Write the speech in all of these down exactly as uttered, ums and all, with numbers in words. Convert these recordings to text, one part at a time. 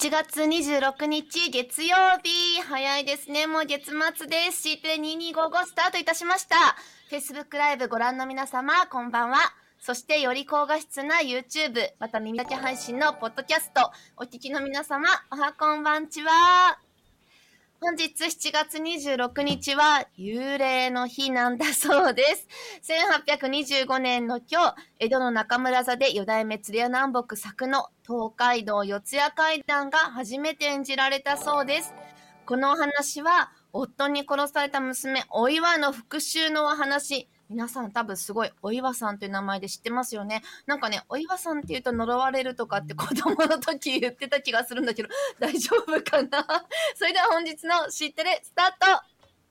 ちがつにじゅうろくにち月曜日、早いですね。もう月末です。シーテレにーにーごーごスタートいたしました。Facebook ライブご覧の皆様、こんばんは。そしてより高画質な YouTube、また耳だけ配信のポッドキャスト、お聞きの皆様、おはこんばんちは。本日しちがつにじゅうろくにちは幽霊の日なんだそうです。せんはっぴゃくにじゅうごねんの今日、江戸の中村座で四代目鶴屋南北作の東海道四谷怪談が初めて演じられたそうです。このお話は、夫に殺された娘、お岩の復讐のお話。皆さん多分すごいお岩さんという名前で知ってますよね。なんかね、お岩さんって言うと呪われるとかって子供の時言ってた気がするんだけど、大丈夫かなそれでは本日の知ってるスタート。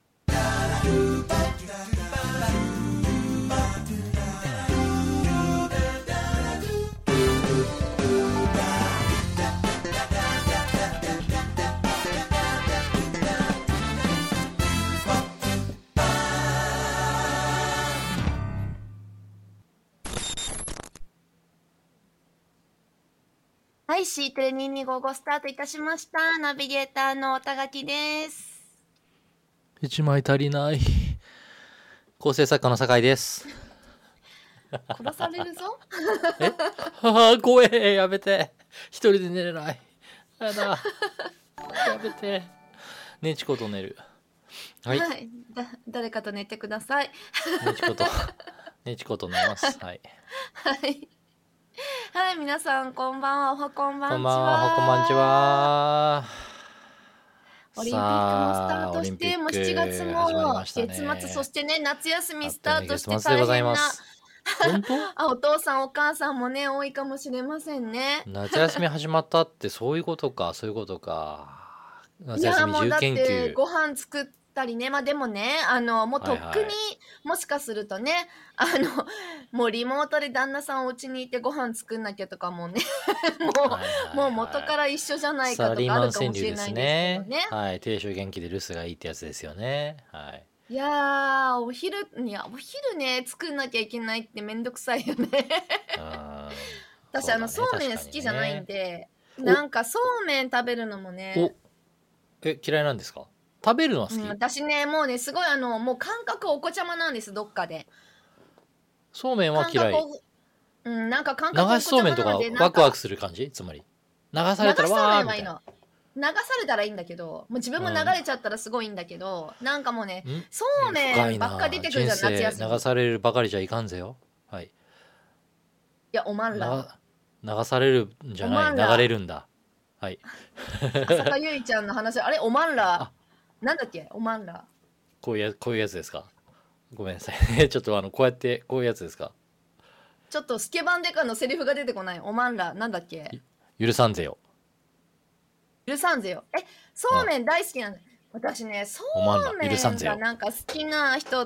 はい、シーテレにーにーごーごスタートいたしました。ナビゲーターの田垣です。 一枚足りない。構成作家の酒井です。 殺されるぞ。 えはあ、怖え。やめて。一人で寝れない。やだ。やめて。ねちこと寝る。はい。 はい、だ誰かと寝てください。 ねちこと、ねちこと寝ます。はい。 はい。はい、皆さんこんばんは。おはこんばんちは。 こんばんは。おはこんばんちは。 オリンピックもスタートして、もうしちがつもね、 月末、そしてね、夏休みスタートして月末でござい大変な。 ます。本当あ、お父さんお母さんもね、多いかもしれませんね。 夏休み始まったってそういうことか、そういうことか。夏いや、 休みもうだっ自由研究。 てご飯作ったりね、まあでもね、あの、もうとっくに、 はいはい、 もしかするとね、あの、もうリモートで旦那さんお家にいてご飯作んなきゃとかもね、もう、 はいはいはい、 もう元から一緒じゃないかとかあるかもしれないですけどね。 ね、はい、亭主元気で留守がいいってやつですよね。はい。 いやー、お昼、いや、お昼ね、作んなきゃいけないってめんどくさいよね。私、ね、あの、そうめん好きじゃないんで、なんかそうめん食べるのもね。 え、嫌いなんですか？食べるのは好き？ うん、私ね、もうね、すごいあの、もう感覚お子ちゃまなんです、どっかで。 そうめんは嫌い。 うん、なんか感覚流しそうめんとかワクワクする感じ？つまり。流されたらわーみたいな。 流されたらいいんだけど、もう自分も流れちゃったらすごいんだけど、うん、なんかもうね、そうめんばっか出てくるじゃん、夏休み。 流されるばかりじゃいかんぜよ。はい。いや、おまんら。 流されるんじゃない、流れるんだ。はい。 浅香唯ちゃんの話、あれ、おまんら。なんだっけ、おまんら。 こういうや、こういうやつですか？ごめんなさい。ちょっとあの、こうやって、こういうやつですか？ ちょっとスケバンデカのセリフが出てこない。おまんら、なんだっけ？ 許さんぜよ。 許さんぜよ。え、そうめん大好きなんだ。私ね、そうめんがなんか好きな人って、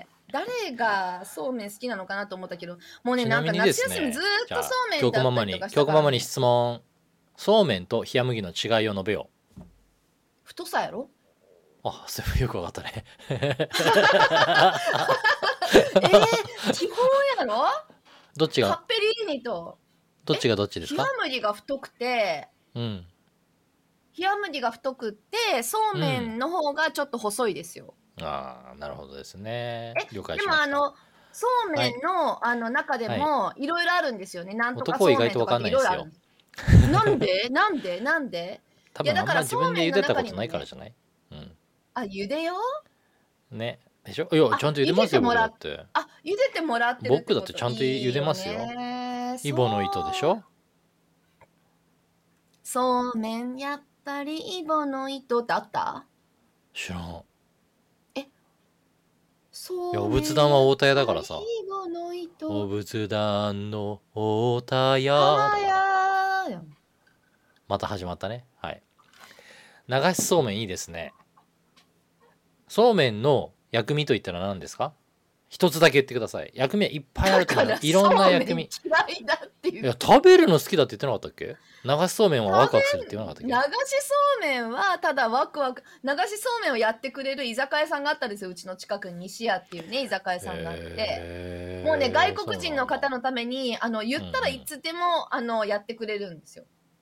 誰がそうめん好きなのかなと思ったけど、もうね、なんか夏休みずーっとそうめんだったりとかしたから、ね。 教子ママに、教子ママに質問。そうめんと冷麦の違いを述べよう。 太さやろ？ あ、それよくわかったね。 えー、基本やろ？ どっちが？ カッペリーニと。 どっちがどっちですか？ 冷麦が太くて、 うん。 冷麦が太くって、そうめんの方がちょっと細いですよ。 うん、ああ、なるほどですね。 え、了解しました。でもあの、そうめんの、はい、あの中でもいろいろあるんですよね。なんとかそうめんとかっていろいろあるんです。なんでなんでなんで多分あんま自分で茹でたことないからじゃない？うん。 あ、茹でよね。でしょ？いや、ちゃんと茹でますよ、僕だって。 あ、茹でてもらってるってこと？ 僕だってちゃんと茹でますよ。イボの糸でしょ？ そうめん、やっぱりイボの糸ってあった？ 知らん。 え、そういや、お仏壇は大田屋だからさ。 イボの糸。 お仏壇の大田屋。また始まったね。はい。流しそうめんいいですね。そうめんの薬味といったら何ですか？一つだけ言ってください。薬味はいっぱいあると思う。いろんな薬味。 嫌いだっていう。 いや、食べるの好きだって言ってなかったっけ？流しそうめんはワクワクするって言わなかったっけ？ 流しそうめんはただワクワク、流しそうめんをやってくれる居酒屋さんがあったんですよ。うちの近くに西屋っていうね、居酒屋さんがあって。もうね、外国人の方のために、あの、言ったらいつでも、うん、あの、やってくれるんですよ。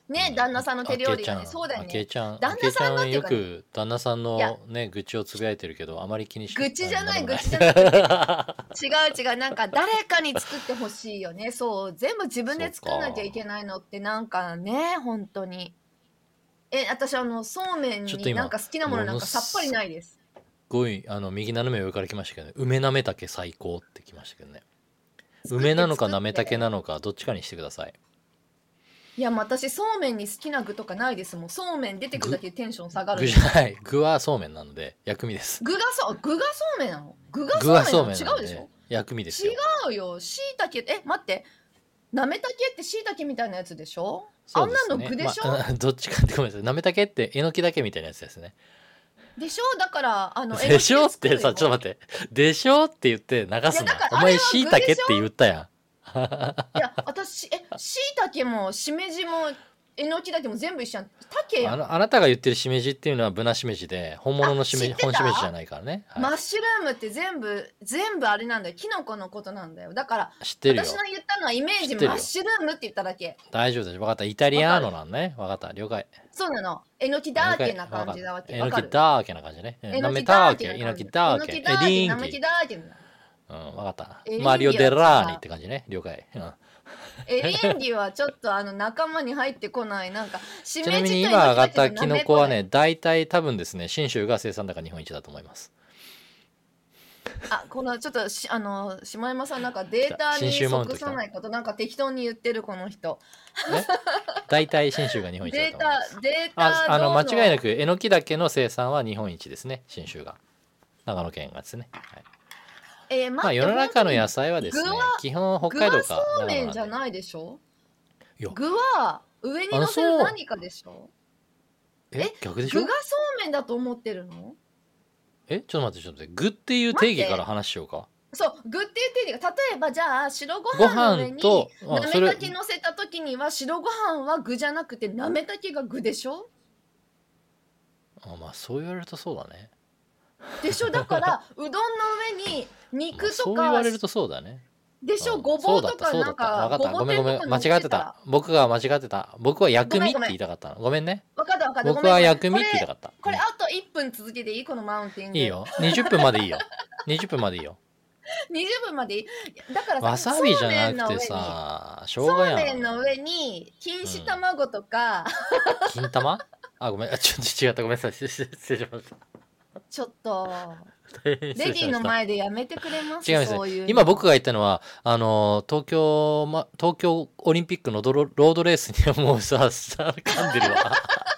ね、 うん旦那さんの手料理がね、 あけいちゃんそうだよあけいね。 ちゃん旦那さんのあけいちゃんよっていうかね、 く旦那さんいや、 のね愚痴をつぶやいてるけどあまり気にし愚痴じゃない、 あなんでも愚痴じゃなくて、違う違う、なんか誰かに作ってほしいよね。そう、全部自分そうで作んなきゃいけか。 ないのってなんかね、本当に。え、私あの、そうめんちょっと今になんか好きなものものなんかさっぱりすないです。 ごいあの右斜め上から来ましたけどね、梅なめたけ最高って来ましたけどね。 作って梅なのか作って。 なめたけなのかどっちかにしてください。 いや、もう私そうめんに好きな具とかないですもん。そうめん出てくるだ具けでテンション下がる具んで。 じゃない具はそうめんなので薬味です。 具がそう、具がそうめんなの？具が具はそうそうめんなの？ めんなんで違うでしょ？ 薬味ですよ。 違うよ。しいたけ、え、待って。なめたけってしいたけみたいなやつでしょ？ そうあんなのですね。ま具でしょ？ あどっちかってごめんなさい。なめたけってえのきだけみたいなやつですね。 でしょ？だから、あの、えでのきでしょって作るよ。 さちょっと待って。でしょって言って流いや、 すな。 だからあれお前しいは具でしょ？ たけって言ったやん。 いや、私、え、しいたけもしめじもえのきだけも全部一緒やん。たけやん。 あのあなたが言ってるしめじっていうのはブナしめじで本物あ、 のしめ知って本しめじじゃた？ ないからね。はい。 マッシュルームって全部、全部あれなんだよ。キノコのことなんだよ。だから、 知ってるよ。 私の言ったのはイメージマッ知ってるよ。 シュルームって言っただけ。 大丈夫です。分かった。イタリアーノわかる？ なんね。分かった。了解。 そうなの。えのき了解。 だーけな分かった。 感じなわけ。 えのきわかる？ だーけな感じね。うんなめえのきだーたーけ、えのけな感じ。 きだーけ、 えのきだエーけ、なめきリンギ。 だーけな。 うん、分かった。 エリマリオ・ンギは違デラーニっう。 て感じね。了解。うん。 エリンギはちょっとあの仲間に入ってこない。なんか、しちなみにめじとえ今上がっのきだけどなたキノめこだよ。 コはね、大体多分ですね、信州が生産高日本一だと思います。 あ、このちょっとし、あの、下山さんなんか来た。 データ信に即州マウント来た。 さないことなんか適当に言ってるこの人。 え大体信州が日本一だデーと思います。 タ、デーあ、 タあの、 どうの？ 間違いなく、えのき茸の生産は日本一ですね、信州が。長野県がですね。はい、 えー、 まあ、 待って、 世の中の本当に野菜はですね、 具は、 基本北具はそ海道かう長野なんで。 めんじゃないでしょ？ いや、 具は上にあの、 乗せるそう、 何かでしょ？ え、 え、具が逆でしょ？ そうめんだと思ってるの？ え、ちょっと待って、ちょっと待って。具っていう定待って。 義から話しようか。 そう、具って言ってるが、例えばじゃあ白ごご飯の上に飯と、あ、 なそれ、 めたけ乗せた時には白ご飯は具じゃなくてなめたけが具でしょ？ あ、まあ、そう言われるとそうだね。 でしょ？だからうどんの上にまあ、 肉とそう言わかれるとそうだね。 でしょ？ うん、 ごぼそうだった、 うとかなんそうだった。わかった。 かごぼうごめんごめん。 天とか乗っ間違ってた。 てたら、 僕が間違ってた。僕は薬味ってごめんごめん。 言いたかったの。ごめんね。 わかったわかった。ご僕めんごめん。 は薬味これ、 って言いたかった。うん。 これあといっぷん続けていい？このマウンティング。 いいよ。にじゅっぷんまでいいよ。にじゅっぷんまでいいよ。 にじゅっぷんまでいい？だからさ、 わさびじそうゃなくてめんの上に、 さ、生そ姜やうめんのん。 上に錦糸うん。 卵とか、 金玉あ、ごめん。あ、ちょっと違った。ごめんなさい。失礼失礼しました。 ちょっと、 大変失レディーの礼しました。 前でやめてくれま違いす？ ますね。 そういう今僕がの。 言ったのは、あの、東京、ま、東京オリンピックのドロロードレースにはもうさ、さ噛んでるわ。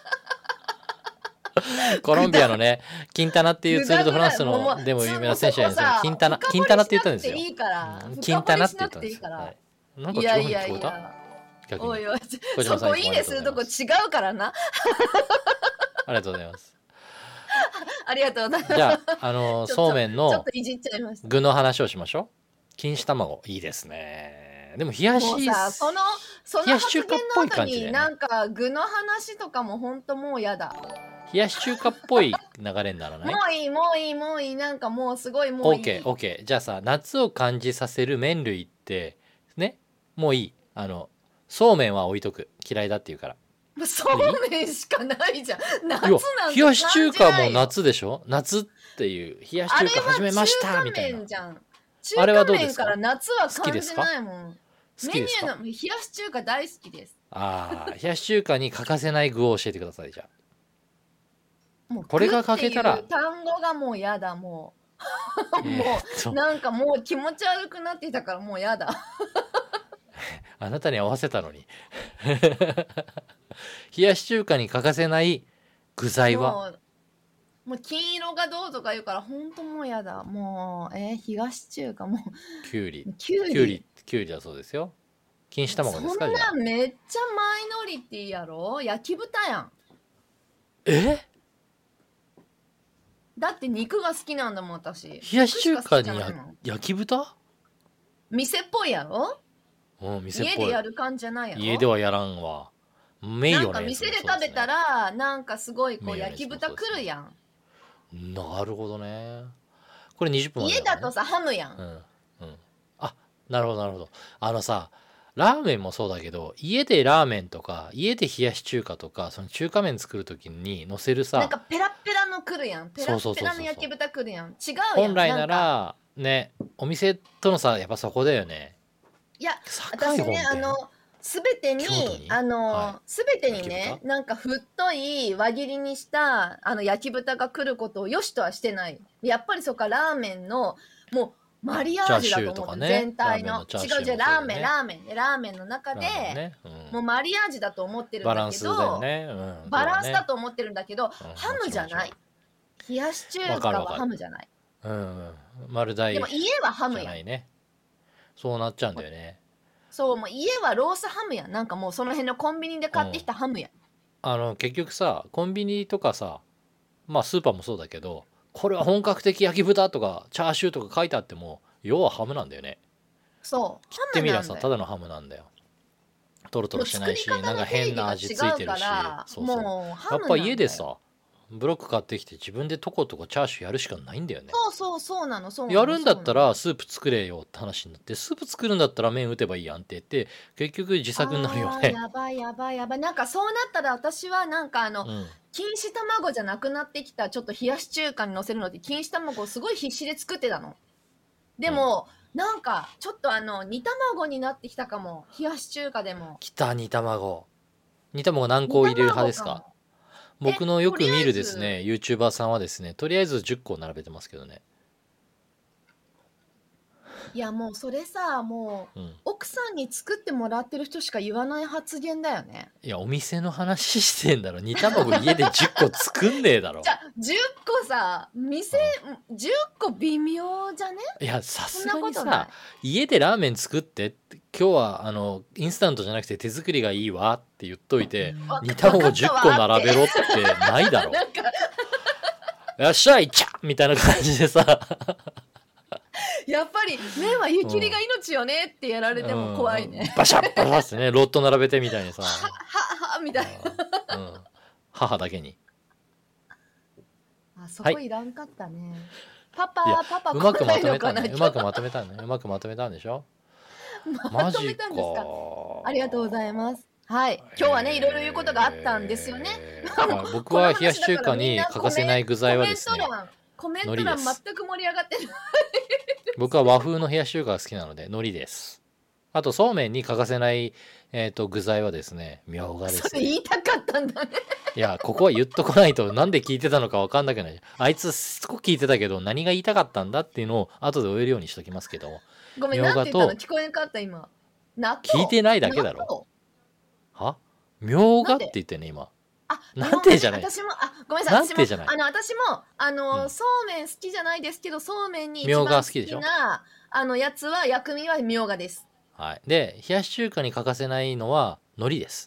コロぐだ、 ンビアのね、キンタナっていうぐツール・ド・フランだぐだ、もう、もう、 スのでもつ、 有名なもうそ選手なんですよ。 こさ、 キンタナ、 深掘キンタナってりしなく言ったんですよ。 ていいかうん、 ら、 キン深掘りタナって言っしなくていいたんですよ。はい。 から。 なんか違ういやい風に聞こえた？ やいや、 逆に。 おいおい、 小島さんいつそこいいねもありがとうございするとこ違ます。 うからな。 ありがとうございます。 ありがとうございます。 じゃあ、あの、 ちょっと、 そうめんちょっのといじっちゃいました。 具の話をしましょう。錦糸卵。いいですね。でも冷やし、 もうさ、その、その冷やし発言中華っぽいの後に、 感じだよね。 なんか具の話とかもほんともうやだ。 冷やし中華っぽい流れにならない？ もういい、もういい、もういい。なんかもうすごいもうい OK、 い。 OK。じゃあさ、夏を感じさせる麺類って、ね、もういい。あの、そうめんは置いとく。嫌いだって言うから。 もうそもういい？ うめんしかないじゃん。夏いや、 なんて冷やし中感じ華もないよ。 夏でしょ？夏っていう、冷やしあれ中華始めはました中華みたいな。 麺じゃん。 あ中れは華麺からどうですか？ 夏は好きで感じすか？ ないもん。メニ好きですか？ ューの冷やし中華大好きです。 ああ、冷やし中華に欠かせない具を教えてください、じゃあ。 もうこれが具ってい欠けたら、 う単語がもうやだ、もう。 えーっもう、 と、 なんかもう気持ち悪くなってきたからもうやだ。 あなたに合わせたのに。冷やし中華に欠かせない具材は？ もう、もう金色がどうとか言うからほんともうやだ。もう、えー、東中華もきゅうり。 う、きゅうきゅうり、 り。 きゅうりだそうですよ。錦糸卵そんですか、じゃあ。 なんめっちゃマイノリティやろ？焼き豚やん。 え？ だって肉が好きなんだもん、私。 冷やし肉しか好きじゃ中華にやないもん。 焼き豚？ 店っぽいやろ？ うん、店っ家ぽい。 でやる感じじゃないやろ？ 家ではやらんわ。メイなんかヨネーズ店で食べもそうですね。 たら、なんかすごいこうメイヨネー焼き豚ズもそうです来るやん。 ね。なるほどね。これにじゅっぷんまで家だからね。 だとさ、ハムやん。 うん。うん。あ、なるほど、なるほど。あのさ、 ラーメンもそうだけど、家でラーメンとか家で冷やし中華とか、その中華麺作る時に乗せるさ、 なんかペラッペラの来るやん、ペラッペラの焼き豚来るやん、違うやん。 本来ななんからね、お店とのさ、やっぱそこだよね。 いや私私ねあのすべてにあのすべ、はい、てにねなんか太い輪切りにしたあの焼き豚が来ることを良しとはしてない。やっぱりそっか、ラーメンのもうマリアージュだと思って、ね、全体の、の違う違う、ラーメンラーメンラーメンの中で、ねうん、もうマリアージュだと思ってるんだけど、バランスだよね、うん、バランスだと思ってるんだけど、うん、ハムじゃない。冷やし中華はハムじゃない。 うん、丸大でも家はハムやん。 じゃないね。そうなっちゃうんだよね。 そう、もう家はロースハムやん。なんかもうその辺のコンビニで買ってきたハムやん。 あの結局さ、コンビニとかさ、まあスーパーもそうだけど、これは本格的焼き豚とかチャーシューとか書いてあっても要はハムなんだよね。 そう切ってみりゃさ、ただのハムなんだよ。トロトロしてないし、なんか変な味ついてるし、そうそう、やっぱ家でさブロック買ってきて自分でトコトコチャーシューやるしかないんだよね。 そうそうそうなの、そうなの。 やるんだったらスープ作れよって話になって、スープ作るんだったら麺打てばいいやんって言って結局自作になるよね。 やばいやばいやばい。なんかそうなったら私はなんかあの、うん、錦糸卵じゃなくなってきたちょっと冷やし中華にのせるので錦糸卵をすごい必死で作ってたの。でも、うん、なんかちょっとあの煮卵になってきたかも。冷やし中華でもきた。煮卵煮卵何個入れる派ですか？僕のよく見るですね YouTuber さんはですね、とりあえずじゅっこ並べてますけどね。 いやもうそれさ、もう、うん、奥さんに作ってもらってる人しか言わない発言だよね。 いやお店の話してんだろ。煮卵家でじゅっこ作んねえだろ。 じゃあじゅっこさ、店、うん、じゅっこ微妙じゃね？ いやさすがにさ、家でラーメン作ってって今日はあのインスタントじゃなくて手作りがいいわって言っといて、煮卵じゅっこ並べろってないだろ。なんかよっしゃいちゃみたいな感じでさやっぱり麺は湯切りが命よねってやられても怖いね、 うん、バシャッバシャッってね、ロット並べてみたいにさはははみたいな、 うん、母だけに。 あそこいらんかったね、はい、パパパパうまくまとめたね。うまくまとめたね。うまくまとめたんでしょ。 まとめたんですか。ありがとうございます。はい、今日はねいろいろ言うことがあったんですよね、えーはい、僕は冷やし中華に欠かせない具材はですね、 コメント欄全く盛り上がってない僕は和風の冷やし中華が好きなので海苔です。あとそうめんに欠かせない、えー、と具材はですね、みょうがです、ね、 それ言いたかったんだねいやここは言っとこないとなんで聞いてたのか分かんなくない。あいつすごく聞いてたけど何が言いたかったんだっていうのを後で終えるようにしときますけど、 ごめん、なんて言ったの聞こえなかった今。納豆聞いてないだけだろ。はみょうがって言ってね今。 あ、 なんてじゃない。 私も、あ、ごめんなさい。 なんてじゃない。 あの、私も、あの、うん、そうめん好きじゃないですけど、そうめんに一番好きな、あの、やつは、薬味はみょうがです。 はい。で、冷やし中華に欠かせないのは、海苔です。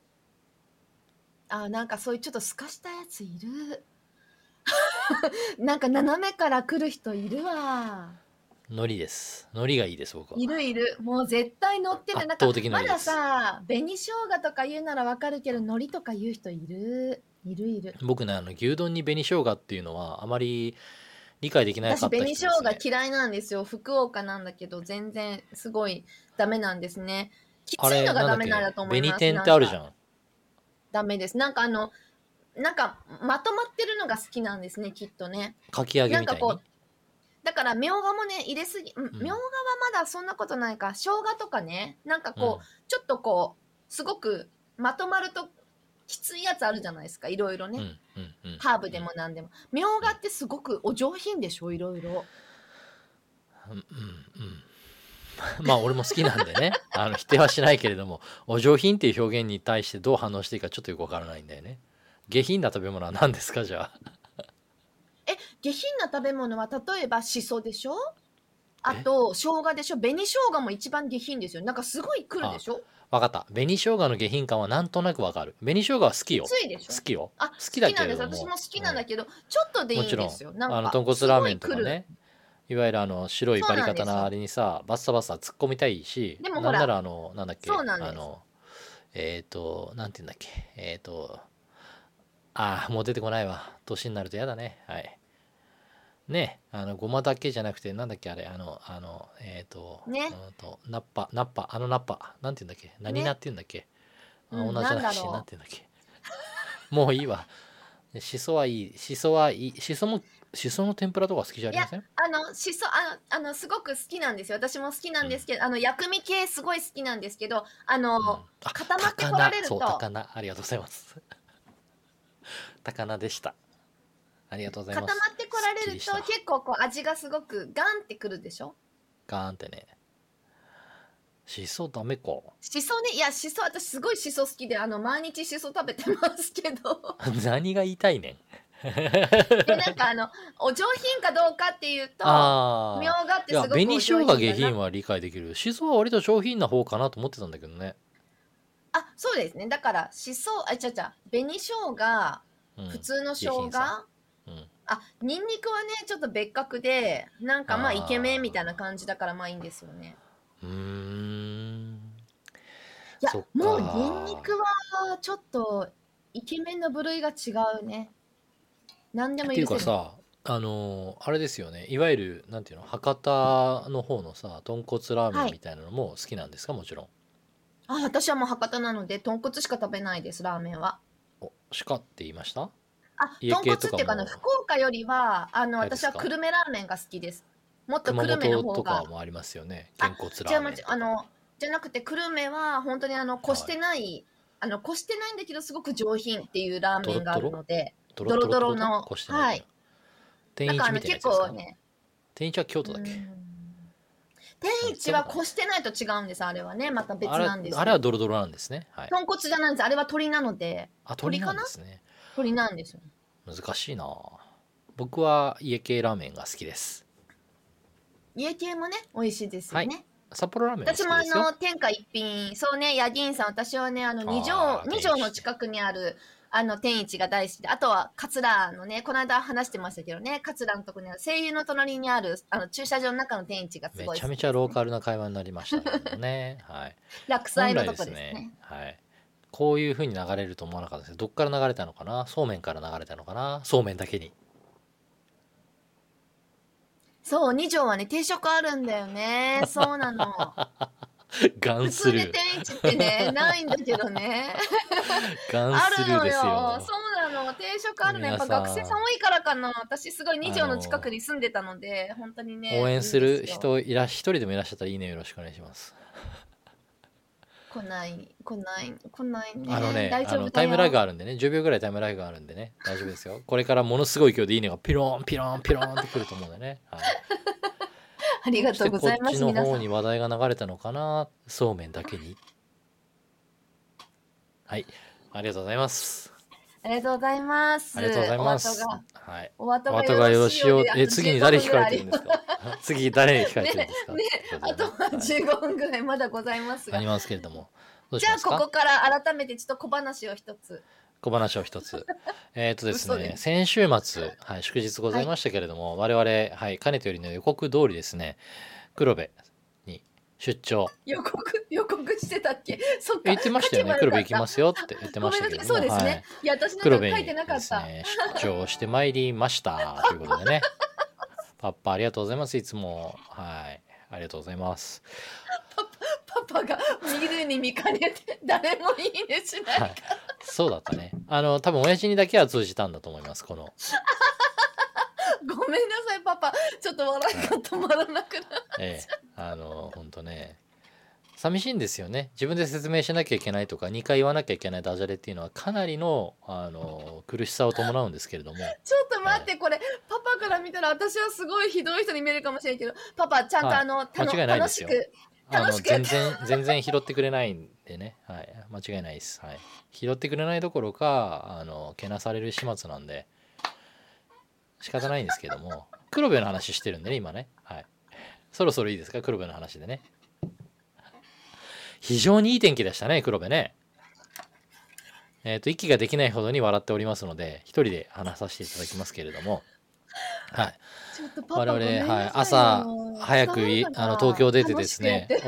あ、なんかそういうちょっとすかしたやついる。なんか斜めから来る人いるわ。 海苔です。海苔がいいです僕は。 いるいる。もう絶対乗ってる。なんかまださ、紅生姜とか言うならわかるけど、海苔とか言う人いる。いるいる。 僕ね、あの牛丼に紅生姜っていうのはあまり理解できなかった人ですね。 私紅生姜嫌いなんですよ。福岡なんだけど全然すごいダメなんですね。きついのがダメなんだと思います。 紅天ってあるじゃん。 ダメです。なんかあのなんかまとまってるのが好きなんですね、きっとね。 かき揚げみたいに。なんかこうだからみょうがもね入れすぎ、みょうがはまだそんなことないか。生姜とかね、なんかこう、うん、ちょっとこうすごくまとまるときついやつあるじゃないですか、いろいろね、うんうんうん、ハーブでもなんでも。みょうがってすごくお上品でしょ、いろいろ。 うんうんうん、まあ俺も好きなんでねあの否定はしないけれども、お上品っていう表現に対してどう反応していいかちょっとよくわからないんだよね。下品な食べ物は何ですかじゃあ。 え、下品な食べ物は例えばしそでしょ、あと生姜でしょ。紅生姜も一番下品ですよ。なんかすごい来るでしょ。 分かった。紅生姜の下品感はなんとなくわかる。紅生姜は好きよ。 ついでしょ。 好きよ。 あ、好きだけども。私も好きなんだけど、うん、ちょっとでいいんですよ。なんかあの豚骨ラーメンとかね、いわゆるあの白いバリカタのあれにさバッサバッサ突っ込みたいし、でもほらなんならあのなんだっけ、あのえっ、ー、となんて言うんだっけ、えっ、ー、とああもう出てこないわ。年になるとやだね。はい。 ね、あのごまだけじゃなくてなんだっけあれ、あのあのえっ、とねうんとナッパナッパあのナッパなんて言うんだっけ、何ナねって言うんだっけ、あ、 うん同じだし、 なんだろうなんて言うんだっけ、もういいわ。しそはいい、しそはいい、しそも、しその天ぷらとか好きじゃあいや、 りません？ あの、しそ、あの、あの、すごく好きなんですよ。私も好きなんですけど、あの、薬味系すごい好きなんですけど、あの、 うん、あ、 固まって高菜、 こられると、 そう高菜、ありがとうございます。高菜でした。ありがとうございます。 固まってこすっられると、 きりした。 結構こう、味がすごくガンってくるでしょ。 ガーンってね。しそダメか。 しそね、いや、しそ、私すごいしそ好きで、あの、毎日しそ食べてますけど。 何が言いたいねん。 で、なんかあの、お上品かどうかっていうと、みょああ。 うがっいや、 てすごくお紅生姜上品だな。 下品は理解できる。しそは割と上品な方かなと思ってたんだけどね。 あ、そうですね。だから、しそ、あ、ちゃちゃ、紅生姜、 うん。 普通の生姜、 下品さ。うん。 あ、ニンニクはね、ちょっと別格で、なんかまあ、イケメンみたいなあ感じだからまあいいんですよね。 あ。うーん。 いや、 そっもうニンニか。 クはちょっとイケメンの部類が違うね。何でもっていう許せる。 かさ、あのーあれですよね。いわゆる、なんていうの、博多の方のさ、豚骨ラーメはい。 ンみたいなのも好きなんですか、もちろん。 あ、私はもう博多なので、豚骨しか食べないです、ラーメンは。 お、鹿って言いました？ あ、豚家系と骨っていうかね、 かも、 福岡よりは、あの、私はあれですか？ 久留米ラーメンが好きです。もっと熊久留米の本と方が、 かもありますよね。げあ、 んこつラー違う、まち、 メンとか。 あの、じゃなくて、久留米は本当にあの、こしはい。 てない、あの、こしてないんだけど、すごく上品っていうラーメンがあドロッドロるので、 ドロッドロドドロってことロの、 こしてないけど。 はい。なんかあの、 天一みたいなや結つですか？ 構ね、 天一は京うー都だっけ？ ん、天なんか行っ一はたことない。 こしてないと違うんです、あれはね。また別あれ、 なんですよ。 あれはドロドロなんですね。はい。 豚骨じゃないんです。あれは鶏なので、 あ、鳥な鶏かな。 んですね。 鶏なんですよ。 難しいな。僕は家系ラーメンが好きです。 家系もね、美味しいですはい。 よね。 札幌ラーメンも好私もあきですよ。 の、天下一品、そうね、ヤギンさん、私はね、あの、二条、 ああ、 二天一ね。 条の近くにある、あの、天一が大好きで、あとは、桂のね、この間話してましたけどね、桂のとこにある、声優の隣にある、あの、駐車場の中の天一がすごいめちゃめ好きですね。 ちゃローカルな会話になりましたけどもね。はい。 落本来で栽のとこすね、 ですね。 はい。こういう風に流れると思わなかったですけど、どっから流れたのかな、そうめんから流れたのかな、そうめんだけに。 そう、二条はね、定食あるんだよね。そうなの。 ガン普通ね、 スルー。 天一ってね、ないんだけどね。 ガンあるスルーですのよ。 よ。 そうなの。定食あるの。やっ皆ぱ学生さんさん、 多いからかな。私すごい二あ条の近くの、 に住んでたので、本当に応ね、いいん援するですよ。 人いら、一人でもいらっしゃったらいいね、よろしくお願いします。 来ない、来ない、来ないね。 あのね、 大丈夫あの、タイムラグだよ。 があるんでね、じゅうびょうぐらいタイムラグがあるんでね、大丈夫ですよ。これからものすごい勢いでいいねがピローン、ピローン、ピローンってくると思うんでね。はい。 ありがとうそしてこっございます、 ちの方皆さん。 に話題が流れたのかな、そうめんだけに。はい。ありがとうございます。 ありがとうございます。 ありがとうございおます。 後が、 はい。 お後お後がよがよろしろしいよう。 いようで、あえ、 と15 次に誰分ぐ控えらいあります。 てるんですか？次誰控えてるんね、 ですかっね、 てことでね。 あとははい。 じゅうごふんぐらいまだございますが。 ありますけれども。どうじゃあ、 しますか？ ここから改めてちょっと小話を一つ。 小話を一つ。えっとですね、 嘘です。 先週末、はい、祝日ござはい。 いましたけれども、我々、はい、かねてよりの予告通りですね、黒部に出張。 予告、予告してたっけ。そっか、 言ってましたよね。 書けばよ黒部行きまかった。 すよって言ってごめんなさい、 ましたけれども、 そうですね。 はい。 いや、私なんか黒部に書いてなかった。 ですね、出張してまいりました。ということでね。パッパありがとうございます。いつも。はい。ありがとうございます。 パパが見るに見かねて、誰もいいねしないかはい。そうだったね。あの、多分親父にだけは通じたんだと思います。この。 ら。ごめんなさい、パパ。ちょっと笑いが止まらなくなっええ。 ちゃあの、ほんとね。寂しいんですよね。自分で説明しなきゃいけないとか、にかい言わなきゃいけないダジャレっていうのはかなりの、あの、苦しさを伴うんですけれども。 う。ちょっと待っええ。 て、これ、パパから見たら私はすごいひどい人に見えるかもしれんけど、パパ、ちゃんとはい。 あの、たの、 間違いないですよ。 楽しく、 あの、 楽しくやって。 全然、全然拾ってくれないんでね。はい。間違いないです。はい。拾ってくれないどころか、あの、けなされる始末なんで、仕方ないんですけども、黒部の話してるんでね、今ね。はい。そろそろいいですか、黒部の話でね。非常にいい天気でしたね、黒部ね。えっと、息ができないほどに笑っておりますので、一人で話させていただきますけれども、はい。 ちょっとパ我々、 パごめんはい、 なさい朝よ。 早く伝わるかいあの東京な。 出て楽ですね、 しくやってる。 お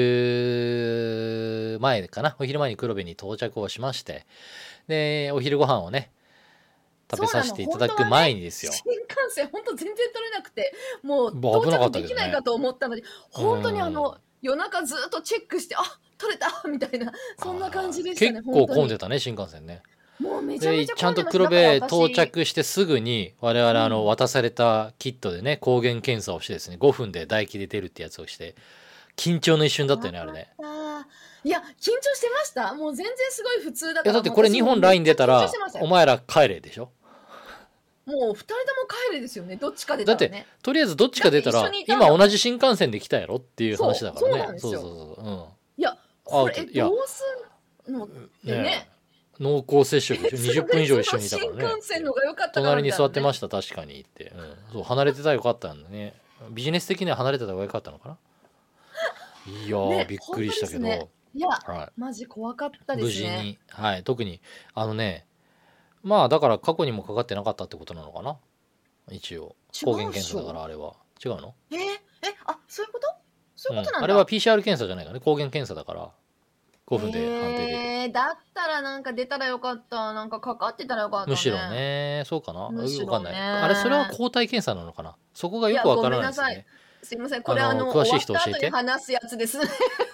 昼前かな、お昼前に黒部に到着をしまして、で、お昼ご飯をね、 食べさせていただく前にですよ。 新幹線本当全然取れなくて、もうもう危なか到ったですね着できないかと思ったのに、本当にあの夜中ずっとチェックして、あ、取れたみたいな、そんな感じでしたね。 結構混んでた。 たね、新幹線ね。 もうめちゃめでちゃちゃんと混んでました。 黒部だから私到着してすぐに我々あのうん渡されたキットでね、抗原検査をしてですね、ごふんで唾液で出るってやつをして、緊張の一瞬だったよね、あれね。 あーいや緊張してました。もう全然すごい普通だいから。 やだってこれにほんライン出たもうらめっちゃ緊張してましたよお前ら帰れでしょ。 もうふたりとも帰れですよね。どっちか出ただってらね。 とりあえずどっちか出たらだって一緒にいたんだもん今同じ新幹線で来たやろっていう話だからね。 そうそうなんですよそうそうそう、うん、 いやこれアウトいやどうすんのってね。 ねえ濃厚接触でしょ。にじゅっぷん以上一緒にいたから新ね。 幹線のが良かったから隣に座ってましした確かにって、うん、そう離れてたらよかったんだね。ビジネス的には離れてた方がよかったのかな。いやー、 ねびっくりしたけど、 本当ですねいや、 はマジ怖かったい、 ですね。 無事に、はい、特にあのね、まあだから過去にもかかってなかったってことなのかな、一応違う抗原検査だからあれは違うの、 えー、えあそういうことそういうことなんだ、 うん、あれは ピーシーアール 検査じゃないからね、抗原検査だからごふんで判定出る、 えー、だったらなんか出たらよかった。なんかかかってたらよかったね。 むしろね、そうかな、 むしろねよくわかんない。あれそれは抗体検査なのかな、そこがよくわからないですいやごめんなね。 すいません。これあのあの詳しい人終わった教えて後に話すやつですね。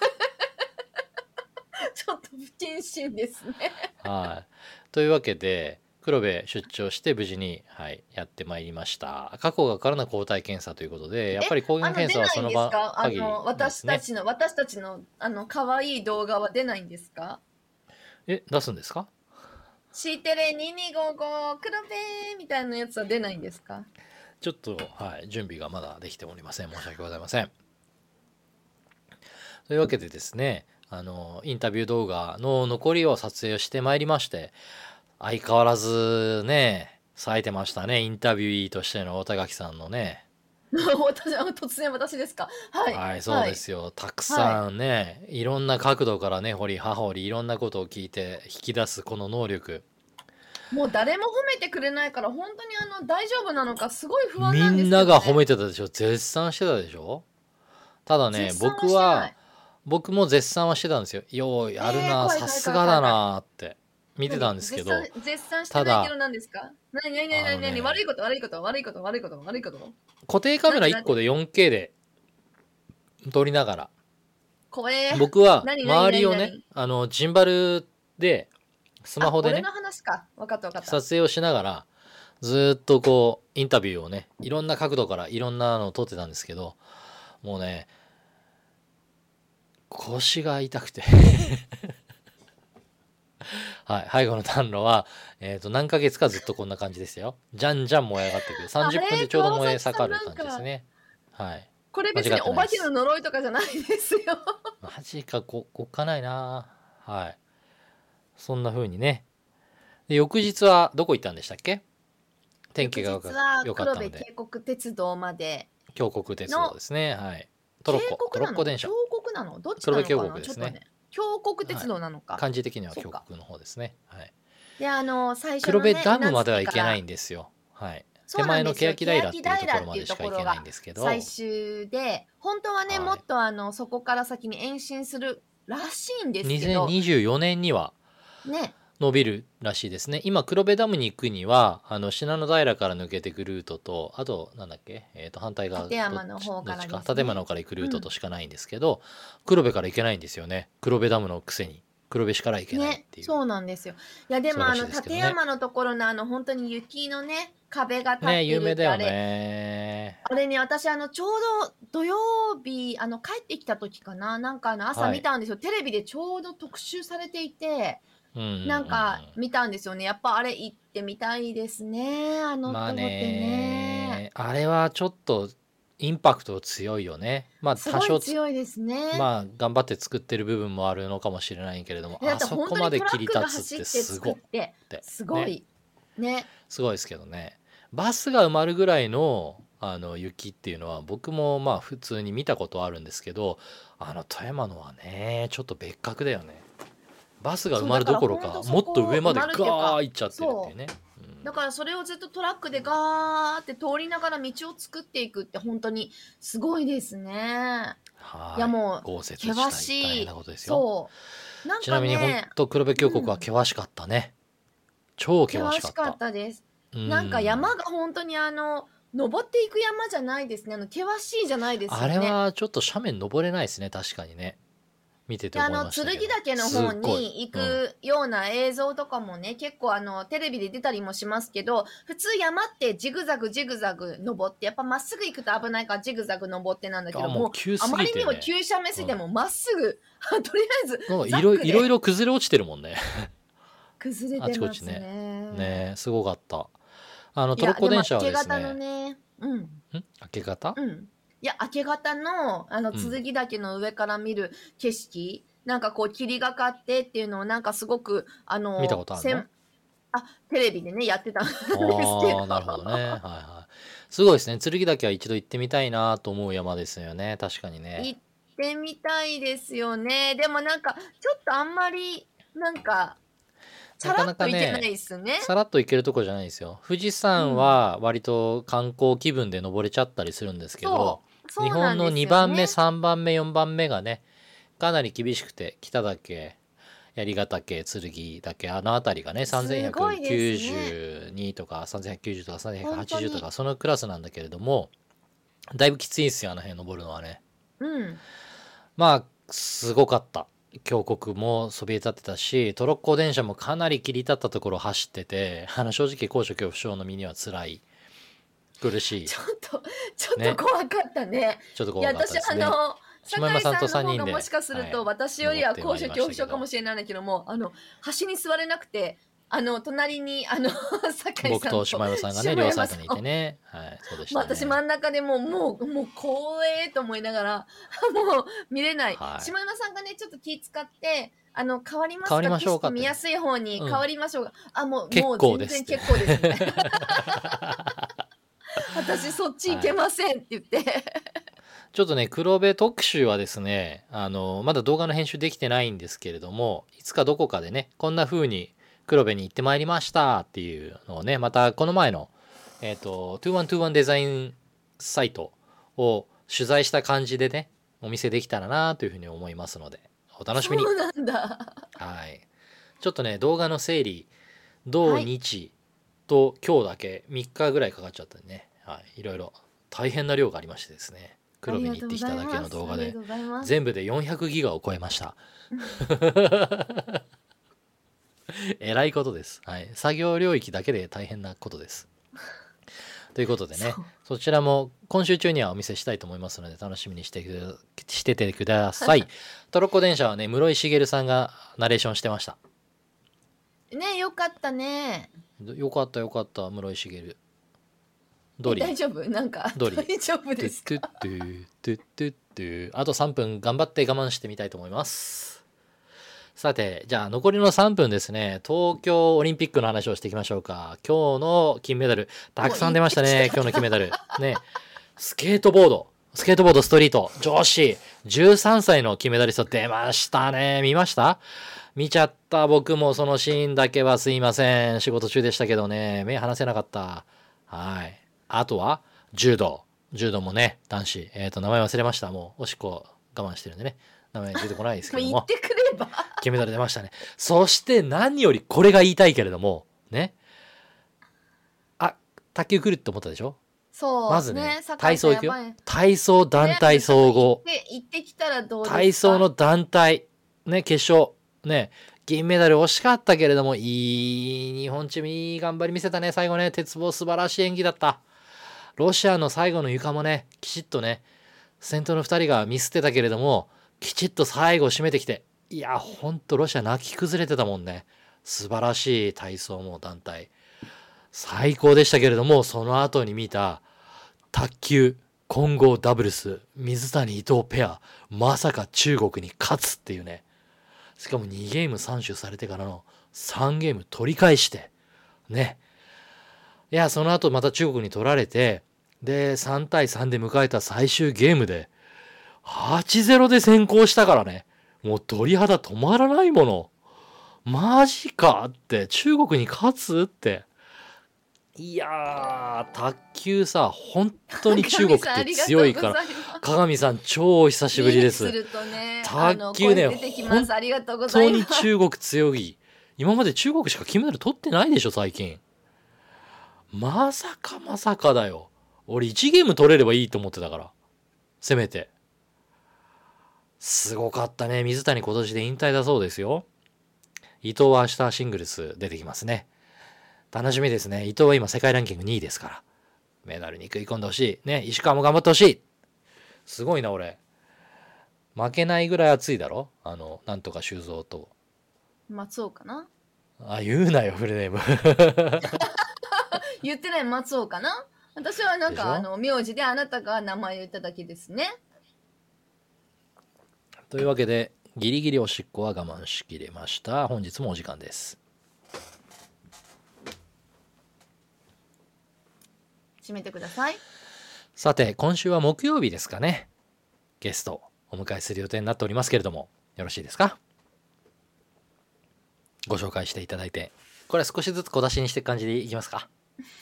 ちょっと不謹慎ですね。 はい、というわけで黒部出張して無事に、はい、やってまいりました。過去がからの抗体検査ということで、やっぱり抗原検査はその場限りあのですね。 私たちの私たちのあの可愛い動画は出ないんですか？ え、出すんですか？ シーテレににごご黒部みたいなやつは出ないんですか？ ちょっと、はい、準備がまだできておりません。申し訳ございません。というわけでですね、あのインタビュー動画の残りを撮影をしてまいりまして、相変わらずね冴えてましたね、インタビューとしての大田垣さんのね。 私あ突然私ですか？はいはい、そうですよ、たくさんね、いろんな角度からね掘り葉掘りいろんなことを聞いて引き出すこの能力、 もう誰も褒めてくれないから本当にあの大丈夫なのかすごい不安みなんですけど、ね、 んなが褒めてたでしょ、絶賛してたでしょ。ただね絶賛僕してないは僕も絶賛はしてたんですよ。ようやるな、 えー怖いさすがだなって見てたんですけど、 何絶賛絶賛してないけど何ですか？何何何何何、 あのね悪いこと悪いこと悪いこと悪いこと悪いこと固定カメラいっこで よんケー で撮りながら、 怖え。 僕は何何周りをね何何あのジンバルでスマホでねあ俺の話か。分かった分かった。 撮影をしながらずーっとこうインタビューをねいろんな角度からいろんなのを撮ってたんですけど、もうね腰が痛くてはい、背後の暖炉は、えー、と何ヶ月かずっとこんな感じですよ。じゃんじゃん燃え上がってくる。さんじゅっぷんでちょうど燃え盛る感じですね。はい。 これ別にお化けの呪いとかじゃないですよ。 マジか、こおっかないな。はい。そんな風にね。で翌日はどこ行ったんでしたっけ？天気が良か実は良かった黒部ので。 渓谷鉄道まで。 峡谷鉄道ですね。はい。トロッコ、トロッコ電車峡。谷なの？どっちなのかな？ 黒部峡谷ですねちょっとね。峡谷鉄道なのか。 漢字的には峡そうか谷の方ですね。はい。 であの最初黒のね部ダムまでは行けないんんですよ。はい。 そう手前のなんですよ欅平っていうところまでしか行けないんですけど、 最終で本当はね、 はいもっとあのそこから先に延伸するらしいんですけどにせんにじゅうよねんにはね。 伸びるらしいですね。今黒部ダムに行くにはあの信濃平から抜けていくルートと、あとなんだっけ、えー、と反対側立山の方からどっちですねか立山の方から行くルートとしかないんですけど、黒部から行けないんですよね。黒部ダムのくせに黒部市から行けないっねていう、 そうなんですよ。いやでもあのそうらしいですけどね立山のところのあの本当に雪のね壁が立ってね、 る有名だよってあれ、 ね。 あれね私あのちょうど土曜日あの帰ってきた時かな、なんかあの朝はい見たんですよ、テレビでちょうど特集されていて、 うんうんうんうん、 なんか見たんですよね。やっぱあれ行ってみたいですね。あのまあとこってね。 ね、あれはちょっとインパクト強いよね。まあすご多少い強いですね。 まあ頑張って作ってる部分もあるのかもしれないけれども、 だってあそ本当にトラこまで切りックが立つって走ってすごい作ってってすごいね。 すごいですけどね。バスが埋まるぐらいのあの雪っていうのは僕もまあ普通に見たことあるんですけど、あの富山のはねちょっと別格だよね。バスが埋まるどころかそうだからもっと上までガ埋まるっていうかーいっちゃってるっていうね。うんだからそれをずっとトラックでガーって通りながら道を作っていくって本当にすごいですね。 はいいやもう豪雪地険帯しい大変なことですよ。 そうなんかちなみに本ね当黒部峡谷は険しかったね。超険険しかしかった。 ったです。 うんなんか山が本当にあの登っていく山じゃないですね。あの険しいじゃないですよあね。 れはちょっと斜面登れないですね、確かにね。見てて思いであのましたけど。 剣岳のすっ方ごい。 に行うん。 くような映像とかもね、結構あのテレビで出たりもしますけど、普通山ってジグザグジグザグ登って、やっぱまっすぐ行くと危ないからジグザグ登ってなんだけあ、 ども、 もう急あすぎてまりにもね。 急斜面すぎてうん。 もまっすぐとりあえずなんかザックいろいろいでろ崩れ落ちてるもんね。 崩れあてますちこちね。 ね。 ねえ、すごかった。あの、 いや、でもトロッコ電車は明け方のですね、 ね、うん、 ん明け方うん。いや、明け方の、あの、 うん。 剣岳の上から見る景色、なんかこう、霧がかってっていうのを、なんかすごく、あ見たの、 ことあるの？ せん、あ、テレビでね、やってたんですけど、 ああ、なるほどね。はいはい。すごいですね。剣岳は一度行ってみたいなと思う山ですよね。確かにね。 行ってみたいですよね。でもなんか、ちょっとあんまり、なんか、さらなかなっといけないかね、 ですね。 さらっと行けるとこじゃないですよ。富士山うん。 は割と観光気分で登れちゃったりするんですけど、 そう、 日そうな本のんですよにばんめ、 ね。 さんばんめ、よんばんめがね、かなり厳しくて、北岳、槍ヶ岳、剣岳、あの辺りがね、 すごいですね。 さんぜんひゃくきゅうじゅうにとかさんぜんひゃくきゅうじゅうとか本当さんぜんひゃくはちじゅうとか、 に。 そのクラスなんだけれども、だいぶきついんですよ、あの辺登るのはね。 うん。 まあ、すごかった。峡谷もそびえ立ってたし、トロッコ電車もかなり切り立ったところを走ってて、あの正直高所恐怖症の身には辛い、苦しちょっと、ちょい、 っとね、 怖かったね。いや、 ちょっと怖かった私、 ですね。 あの、 下山さんと酒井さんの 3人で、 方がもしかすると、 はい、 私より登ってまいりは高所ましたけど、 恐怖症かもしれないんだけども、あの、端に座れなくて、あの、隣に、あの、酒井僕とさんと下山さんがね、 下山さん両サイドにいてね、はい、そうでしまあ、 たね。 私真ん中でもう、もう、もう、光栄と思いながら、もう、見れない。 はい。 下山さんがね、ちょっと気使って、あの、変わりますか、 変わりまし景色ょうかってね。 見やすい方に変わうん。 りましょうか。あ、もう、 結もう全然構ですって。 結構です、みたいな。私、そっち行はい。 けませんって言って。 ちょっとね、黒部特集はですね、あの、まだ動画の編集できてないんですけれども、いつかどこかでね、こんな風に黒部に行ってまいりましたっていうのをね、またこの前の、えっと、にせんにじゅういちデザインサイトを取材した感じでね、お見せできたらなというふうに思いますので、お楽しみに。 そうなんだ。 はい。ちょっとね、動画の整理、土はい。 日と今日だけみっかぐらいかかっちゃったんでね、はい、いろいろ大変な量がありましてですね、黒部に行っありがとうごてきただけざいます。 の動画で、 ありがとうございます。 全部でよんひゃくギガを超えました。 うん。 えらいことです。はい。作業領域だけで大変なことです。ということでね、 そう。 そちらも今週中にはお見せしたいと思いますので、楽しみにしてくしててください。トロッコ電車はね、室井茂さんがナレーションしてました。 ね、よかったね。 よかったよかった、室井茂。ドえ、 リー。 大丈夫なんか、 ドリー。 大丈夫トゥッですか？ トゥットゥトゥットゥットゥあとさんぷん頑張って我慢してみたいと思います。さて、じゃあ残りのさんぷんですね、東京オリンピックの話をしていきましょうか。今日の金メダル、たくさん出ましたね、今日の金メダル。ね、スケートボード、スケートボードストリート、女子、じゅうさんさいの金メダリスト出ましたね。見ました？見ちゃった。僕もそのシーンだけはすいません。仕事中でしたけどね、目離せなかった。はい。あとは、柔道。柔道もね、男子。えっと、名前忘れました。もう、おしっこ我慢してるんでね。名前出てこないですけども。 もう言ってくれば。 金メダル出ましたね。そして何よりこれが言いたいけれども、ね。あ、卓球来るって思ったでしょ？まずね、 そうね、酒井さ体操行くよ。 んやばい。 体操団体総合。 で、行ってきたらどうですか？ 体操の団体。ね、決勝。ね、銀メダル惜しかったけれども、いい、日本チームいい頑張り見せたね。最後ね、鉄棒素晴らしい演技だった。ロシアの最後の床もね、きちっとね、先頭のふたりがミスってたけれども、きちっと最後締めてきて、いや、ほんとロシア泣き崩れてたもんね。素晴らしい体操も団体。最高でしたけれども、その後に見た卓球混合ダブルス水谷伊藤ペア、まさか中国に勝つっていうね。しかもにゲームさん取されてからのさんゲーム取り返してね。いや、その後また中国に取られて、でさんたいさんで迎えた最終ゲームではちたいゼロで先行したからね。もう鳥肌止まらないもの。マジかって、中国に勝つって。いやー、卓球さ、本当に中国って強いから、鏡さん超久しぶりです。 するとね、 卓球ね、 本当に中国強い。今まで中国しか金メダル取ってないでしょ、最近。 まさかまさかだよ。俺いちゲーム取れればいいと思ってたから。せめて。すごかったね。水谷今年で引退だそうですよ。伊藤は明日シングルス出てきますね。楽しみですね。伊藤は今世界ランキングにいですから。メダルに食い込んでほしい。ね、石川も頑張ってほしい。すごいな、俺。負けないぐらい熱いだろ、あの、なんとか修造と。 松尾かな。 あ、言うなよ、フルネーム。 言ってない松尾かな。私はなんか、あの、名字であなたが名前を言っただけですね。 というわけで、ギリギリおしっこは我慢しきれました。本日もお時間です。 締めてください。 さて、今週は木曜日ですかね。ゲストをお迎えする予定になっておりますけれども、よろしいですか？ご紹介していただいて、これ少しずつ小出しにしていく感じでいきますか？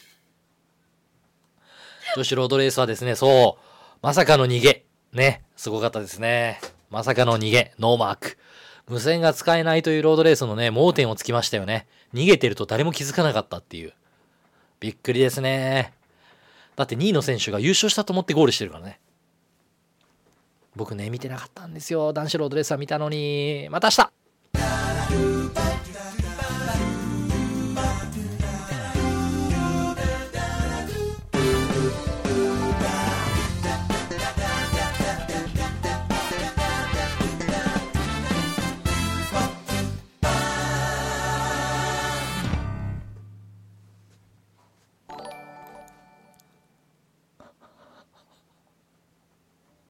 女子ロードレースはですね、そう、まさかの逃げ。ね、すごかったですね。まさかの逃げ、ノーマーク。無線が使えないというロードレースのね、盲点をつきましたよね。逃げてると誰も気づかなかったっていう。びっくりですね。だってにいの選手が優勝したと思ってゴールしてるからね。僕ね、見てなかったんですよ。男子ロードレースは見たのに。また明日